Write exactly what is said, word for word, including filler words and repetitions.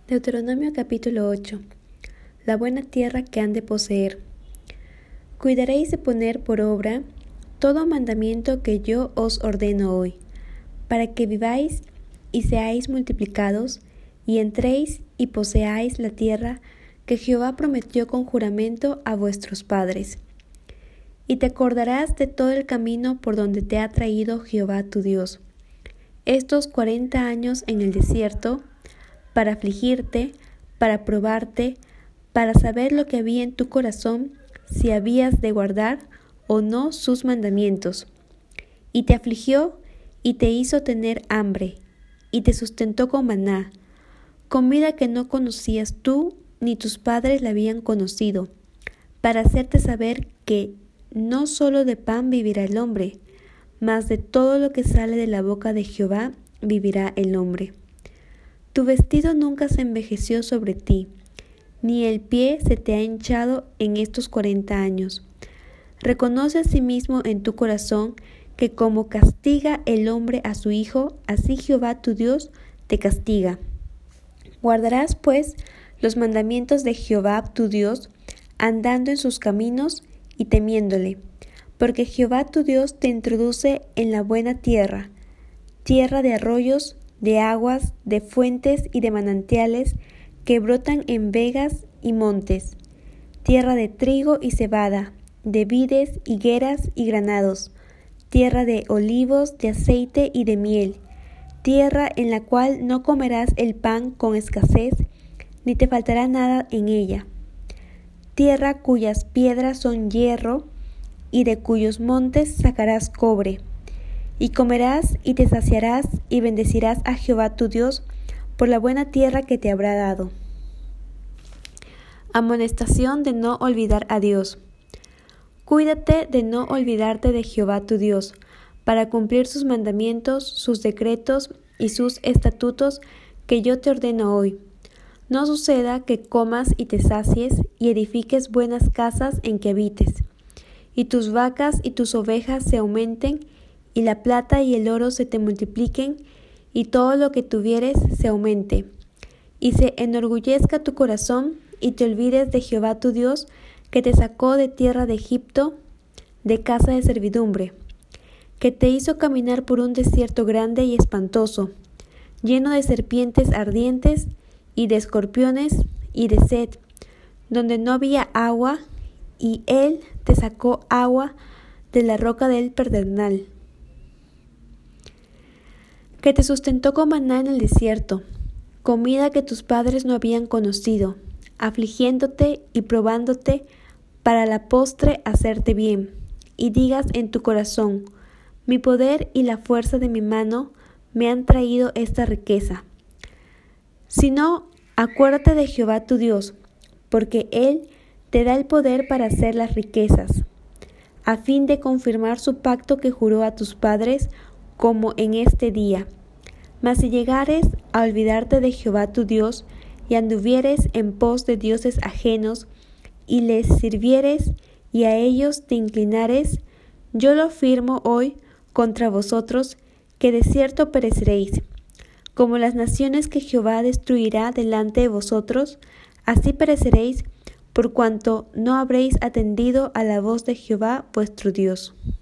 Deuteronomio capítulo ocho. La buena tierra que han de poseer. Cuidaréis de poner por obra todo mandamiento que yo os ordeno hoy, para que viváis y seáis multiplicados, y entréis y poseáis la tierra que Jehová prometió con juramento a vuestros padres. Y te acordarás de todo el camino por donde te ha traído Jehová tu Dios, estos cuarenta años en el desierto, para afligirte, para probarte, para saber lo que había en tu corazón, si habías de guardar o no sus mandamientos. Y te afligió y te hizo tener hambre, y te sustentó con maná, comida que no conocías tú ni tus padres la habían conocido, para hacerte saber que no solo de pan vivirá el hombre, mas de todo lo que sale de la boca de Jehová vivirá el hombre. Tu vestido nunca se envejeció sobre ti, ni el pie se te ha hinchado en estos cuarenta años. Reconoce asimismo en tu corazón que como castiga el hombre a su hijo, así Jehová tu Dios te castiga. Guardarás pues los mandamientos de Jehová tu Dios, andando en sus caminos y temiéndole, porque Jehová tu Dios te introduce en la buena tierra, tierra de arroyos, de aguas, de fuentes y de manantiales que brotan en vegas y montes, tierra de trigo y cebada, de vides, higueras y granados, tierra de olivos, de aceite y de miel, tierra en la cual no comerás el pan con escasez, ni te faltará nada en ella, tierra cuyas piedras son hierro, y de cuyos montes sacarás cobre. Y comerás y te saciarás y bendecirás a Jehová tu Dios por la buena tierra que te habrá dado. Amonestación de no olvidar a Dios. Cuídate de no olvidarte de Jehová tu Dios, para cumplir sus mandamientos, sus decretos y sus estatutos que yo te ordeno hoy. No suceda que comas y te sacies y edifiques buenas casas en que habites, y tus vacas y tus ovejas se aumenten, y la plata y el oro se te multipliquen, y todo lo que tuvieres se aumente, y se enorgullezca tu corazón, y te olvides de Jehová tu Dios, que te sacó de tierra de Egipto, de casa de servidumbre, que te hizo caminar por un desierto grande y espantoso, lleno de serpientes ardientes, y de escorpiones, y de sed, donde no había agua, y él te sacó agua de la roca del pedernal, que te sustentó con maná en el desierto, comida que tus padres no habían conocido, afligiéndote y probándote para la postre hacerte bien, y digas en tu corazón, mi poder y la fuerza de mi mano me han traído esta riqueza. Si no, acuérdate de Jehová tu Dios, porque Él te da el poder para hacer las riquezas, a fin de confirmar su pacto que juró a tus padres, como en este día. Mas si llegares a olvidarte de Jehová tu Dios, y anduvieres en pos de dioses ajenos, y les sirvieres, y a ellos te inclinares, yo lo afirmo hoy contra vosotros, que de cierto pereceréis. Como las naciones que Jehová destruirá delante de vosotros, así pereceréis, por cuanto no habréis atendido a la voz de Jehová vuestro Dios.